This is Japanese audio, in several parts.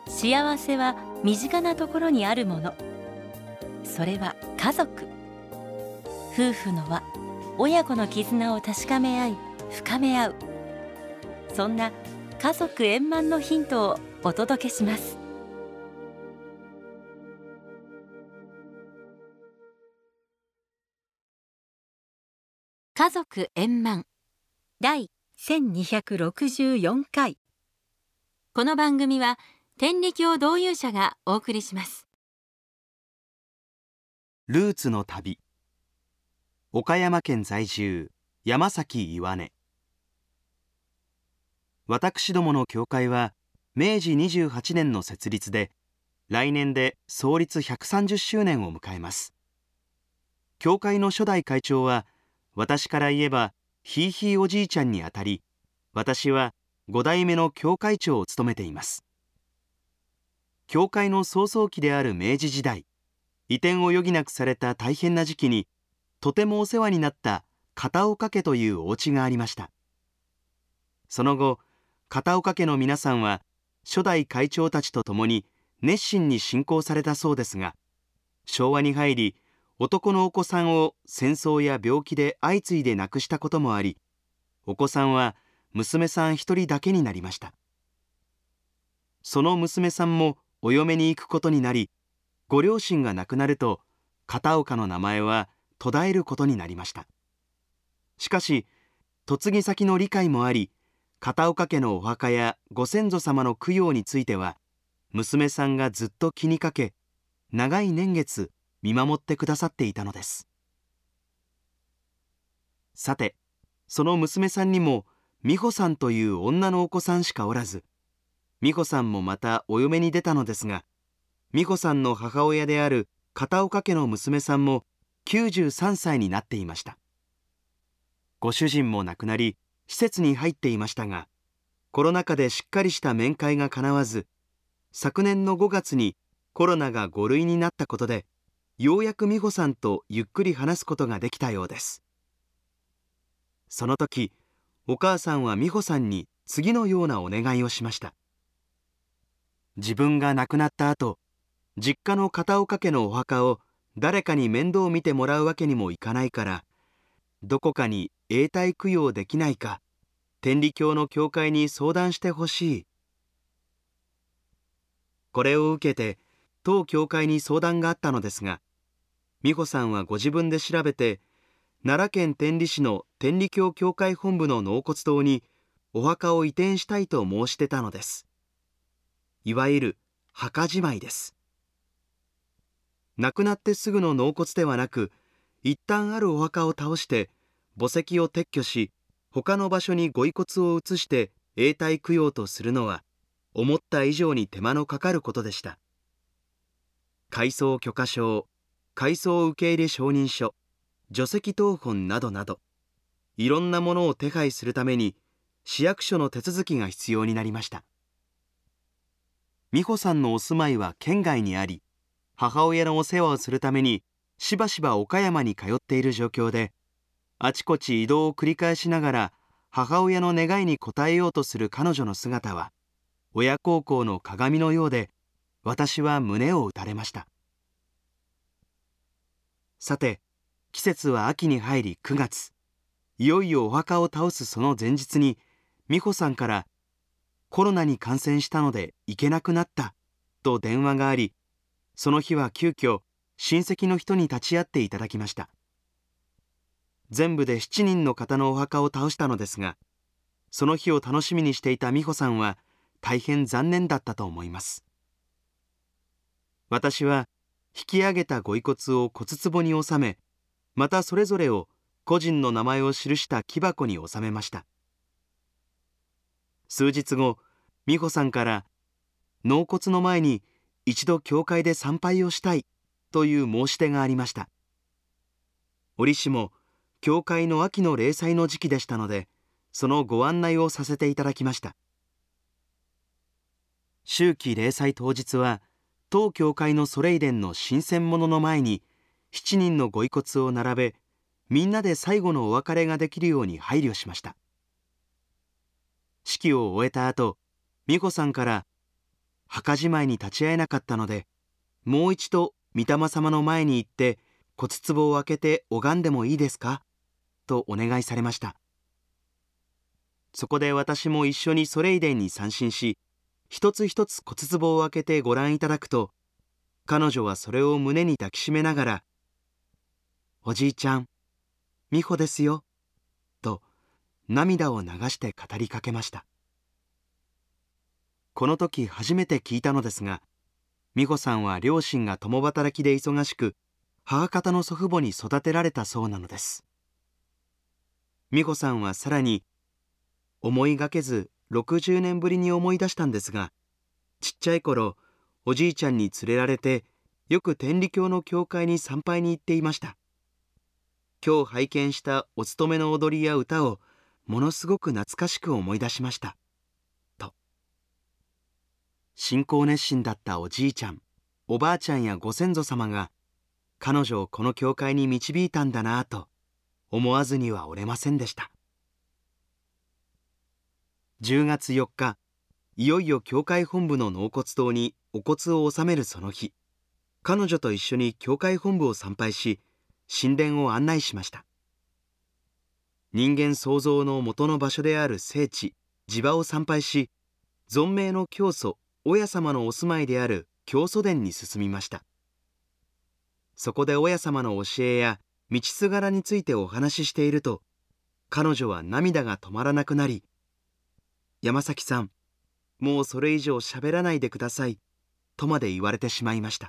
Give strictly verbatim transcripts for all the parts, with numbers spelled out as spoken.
幸せは身近なところにあるもの。それは家族。夫婦の輪、親子の絆を確かめ合い、深め合う。そんな家族円満のヒントをお届けします。家族円満第せんにひゃくろくじゅうよんかい。この番組は天理教導遊者がお送りします。 ルーツの旅。岡山県在住、山崎岩根。私どもの教会はめいじにじゅうはちねんの設立で、来年で創立ひゃくさんじゅっしゅうねんを迎えます。教会の初代会長は、私から言えばひいひいおじいちゃんにあたり、私はごだいめの教会長を務めています。教会の創創期である明治時代、移転を余儀なくされた大変な時期に、とてもお世話になった片岡家というお家がありました。その後、片岡家の皆さんは初代会長たちと共に熱心に信仰されたそうですが、昭和に入り、男のお子さんを戦争や病気で相次いで亡くしたこともあり、お子さんは娘さん一人だけになりました。その娘さんもお嫁に行くことになり、ご両親が亡くなると片岡の名前は途絶えることになりました。しかし嫁ぎ先の理解もあり、片岡家のお墓やご先祖様の供養については娘さんがずっと気にかけ、長い年月見守ってくださっていたのです。さて、その娘さんにも美穂さんという女のお子さんしかおらず、美穂さんもまたお嫁に出たのですが、美穂さんの母親である片岡家の娘さんもきゅうじゅうさんさいになっていました。ご主人も亡くなり、施設に入っていましたが、コロナ禍でしっかりした面会がかなわず、昨年のごがつにコロナがごるいになったことで、ようやく美穂さんとゆっくり話すことができたようです。その時、お母さんは美穂さんに次のようなお願いをしました。自分が亡くなった後、実家の片岡家のお墓を誰かに面倒を見てもらうわけにもいかないから、どこかに永代供養できないか、天理教の教会に相談してほしい。これを受けて、当教会に相談があったのですが、美穂さんはご自分で調べて、奈良県天理市の天理教教会本部の納骨堂にお墓を移転したいと申し出たのです。いわゆる墓じまいです。亡くなってすぐの納骨ではなく、一旦あるお墓を倒して墓石を撤去し、他の場所にご遺骨を移して永代供養とするのは、思った以上に手間のかかることでした。改葬許可証、改葬受け入れ承認書、除籍謄本などなど、いろんなものを手配するために市役所の手続きが必要になりました。美穂さんのお住まいは県外にあり、母親のお世話をするためにしばしば岡山に通っている状況で、あちこち移動を繰り返しながら母親の願いに応えようとする彼女の姿は、親孝行の鏡のようで、私は胸を打たれました。さて、季節は秋に入りくがつ、いよいよお墓を倒すその前日に、美穂さんからコロナに感染したので行けなくなったと電話があり、その日は急遽親戚の人に立ち会っていただきました。全部でしちにんの方のお墓を倒したのですが、その日を楽しみにしていた美穂さんは大変残念だったと思います。私は引き上げたご遺骨を骨壺に収め、またそれぞれを個人の名前を記した木箱に収めました。数日後、美穂さんから納骨の前に一度教会で参拝をしたいという申し出がありました。折しも教会の秋の例祭の時期でしたので、そのご案内をさせていただきました。秋季例祭当日は、当教会のソレイデンの神仙物の前にしちにんのご遺骨を並べ、みんなで最後のお別れができるように配慮しました。式を終えた後、美穂さんから墓じまいに立ち会えなかったので、もう一度御霊様の前に行って骨壺を開けて拝んでもいいですかとお願いされました。そこで私も一緒にソレイデンに参進し、一つ一つ骨壺を開けてご覧いただくと、彼女はそれを胸に抱きしめながら、おじいちゃん、美穂ですよ、と涙を流して語りかけました。この時初めて聞いたのですが、美穂さんは両親が共働きで忙しく、母方の祖父母に育てられたそうなのです。美穂さんはさらに、思いがけずろくじゅうねんぶりに思い出したんですが、ちっちゃい頃、おじいちゃんに連れられて、よく天理教の教会に参拝に行っていました。今日拝見したお勤めの踊りや歌を、ものすごく懐かしく思い出しました。と。信仰熱心だったおじいちゃん、おばあちゃんやご先祖様が、彼女をこの教会に導いたんだなぁと、思わずにはおれませんでした。じゅうがつよっか、いよいよ教会本部の納骨堂にお骨を納めるその日、彼女と一緒に教会本部を参拝し、神殿を案内しました。人間創造の元の場所である聖地、地場を参拝し、存命の教祖、親様のお住まいである教祖殿に進みました。そこで親様の教えや道すがらについてお話ししていると、彼女は涙が止まらなくなり、山崎さん、もうそれ以上喋らないでください、とまで言われてしまいました。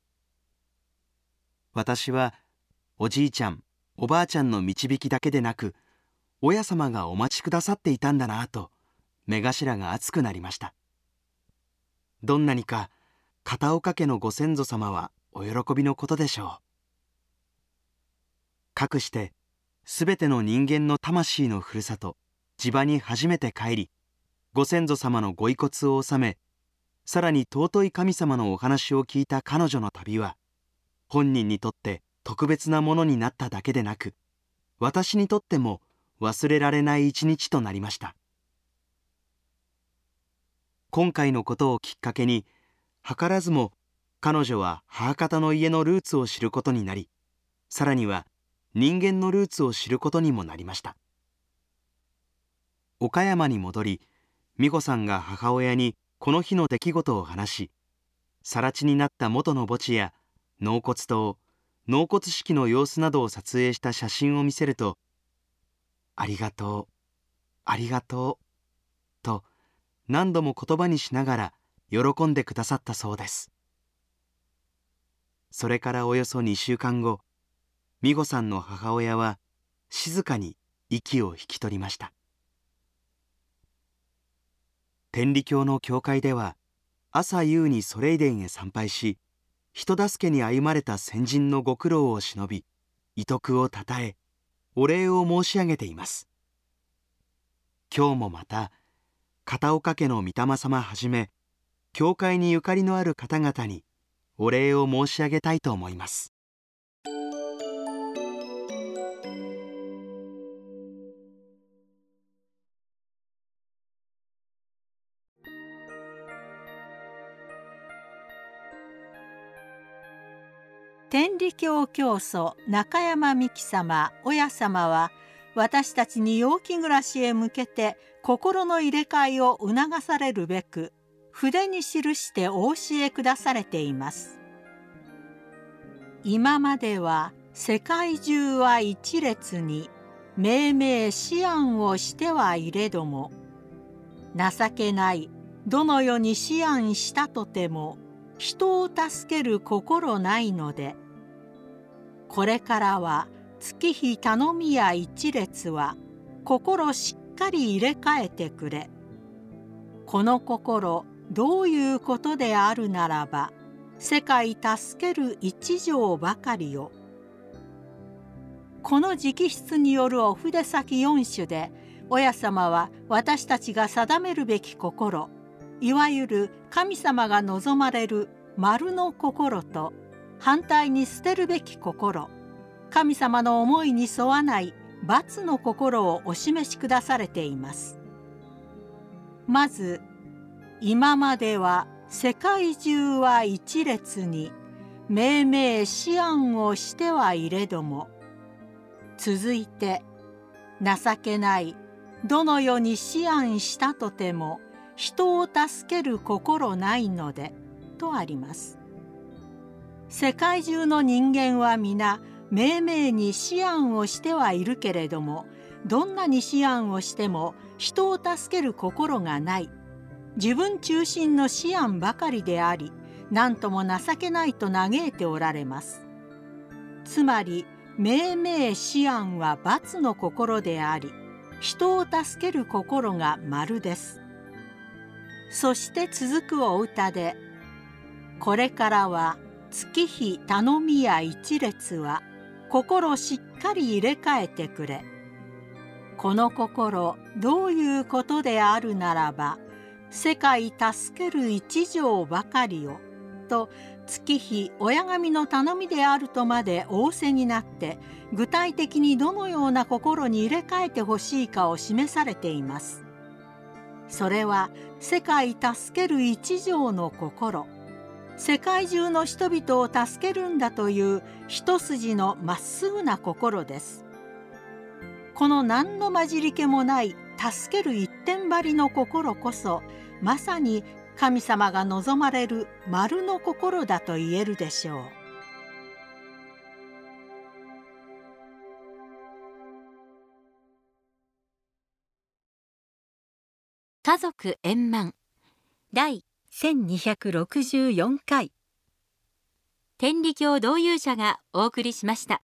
私は、おじいちゃん、おばあちゃんの導きだけでなく、親様がお待ちくださっていたんだなぁと、目頭が熱くなりました。どんなにか、片岡家のご先祖様はお喜びのことでしょう。かくして、すべての人間の魂のふるさと、地場に初めて帰り、ご先祖様のご遺骨を納め、さらに尊い神様のお話を聞いた彼女の旅は、本人にとって特別なものになっただけでなく、私にとっても忘れられない一日となりました。今回のことをきっかけに、図らずも彼女は母方の家のルーツを知ることになり、さらには人間のルーツを知ることにもなりました。岡山に戻り、美穂さんが母親にこの日の出来事を話し、更地になった元の墓地や納骨堂、納骨式の様子などを撮影した写真を見せると、ありがとう、ありがとう、と何度も言葉にしながら喜んでくださったそうです。それからおよそにしゅうかんご、美穂さんの母親は静かに息を引き取りました。天理教の教会では、朝夕にソレイデンへ参拝し、人助けに歩まれた先人のご苦労を偲び、遺徳をたたえ、お礼を申し上げています。今日もまた、片岡家の御霊様はじめ、教会にゆかりのある方々にお礼を申し上げたいと思います。 天理教教祖中山美紀様親様は、私たちに陽気暮らしへ向けて心の入れ替えを促されるべく、筆に記してお教えくだされています。今までは世界中は一列に命名思案をしてはいれども、情けないどの世に思案したとても人を助ける心ないので、これからは月日頼みや一列は心しっかり入れ替えてくれ。この心どういうことであるならば、世界助ける一条ばかりよ。この直筆によるお筆先四種で、親様は私たちが定めるべき心、いわゆる神様が望まれる丸の心と、反対に捨てるべき心、神様の思いに沿わない罰の心をお示しくだされています。まず、今までは世界中は一列に命名思案をしてはいれども、続いて情けないどの世に思案したとても人を助ける心ないのでとあります。世界中の人間は皆命名に思案をしてはいるけれども、どんなに思案をしても人を助ける心がない、自分中心の思案ばかりであり、何とも情けないと嘆いておられます。つまり命名思案は罰の心であり、人を助ける心が丸です。そして続くお歌で、これからは月日頼みや一列は心しっかり入れ替えてくれ。この心どういうことであるならば、世界助ける一条ばかりをと月日親神の頼みであるとまで仰せになって、具体的にどのような心に入れ替えてほしいかを示されています。それは世界助ける一条の心、世界中の人々を助けるんだという一筋のまっすぐな心です。この何の混じり気もない助ける一点張りの心こそ、まさに神様が望まれる丸の心だと言えるでしょう。 家族円満第せんにひゃくろくじゅうよんかい、天理教導遊者がお送りしました。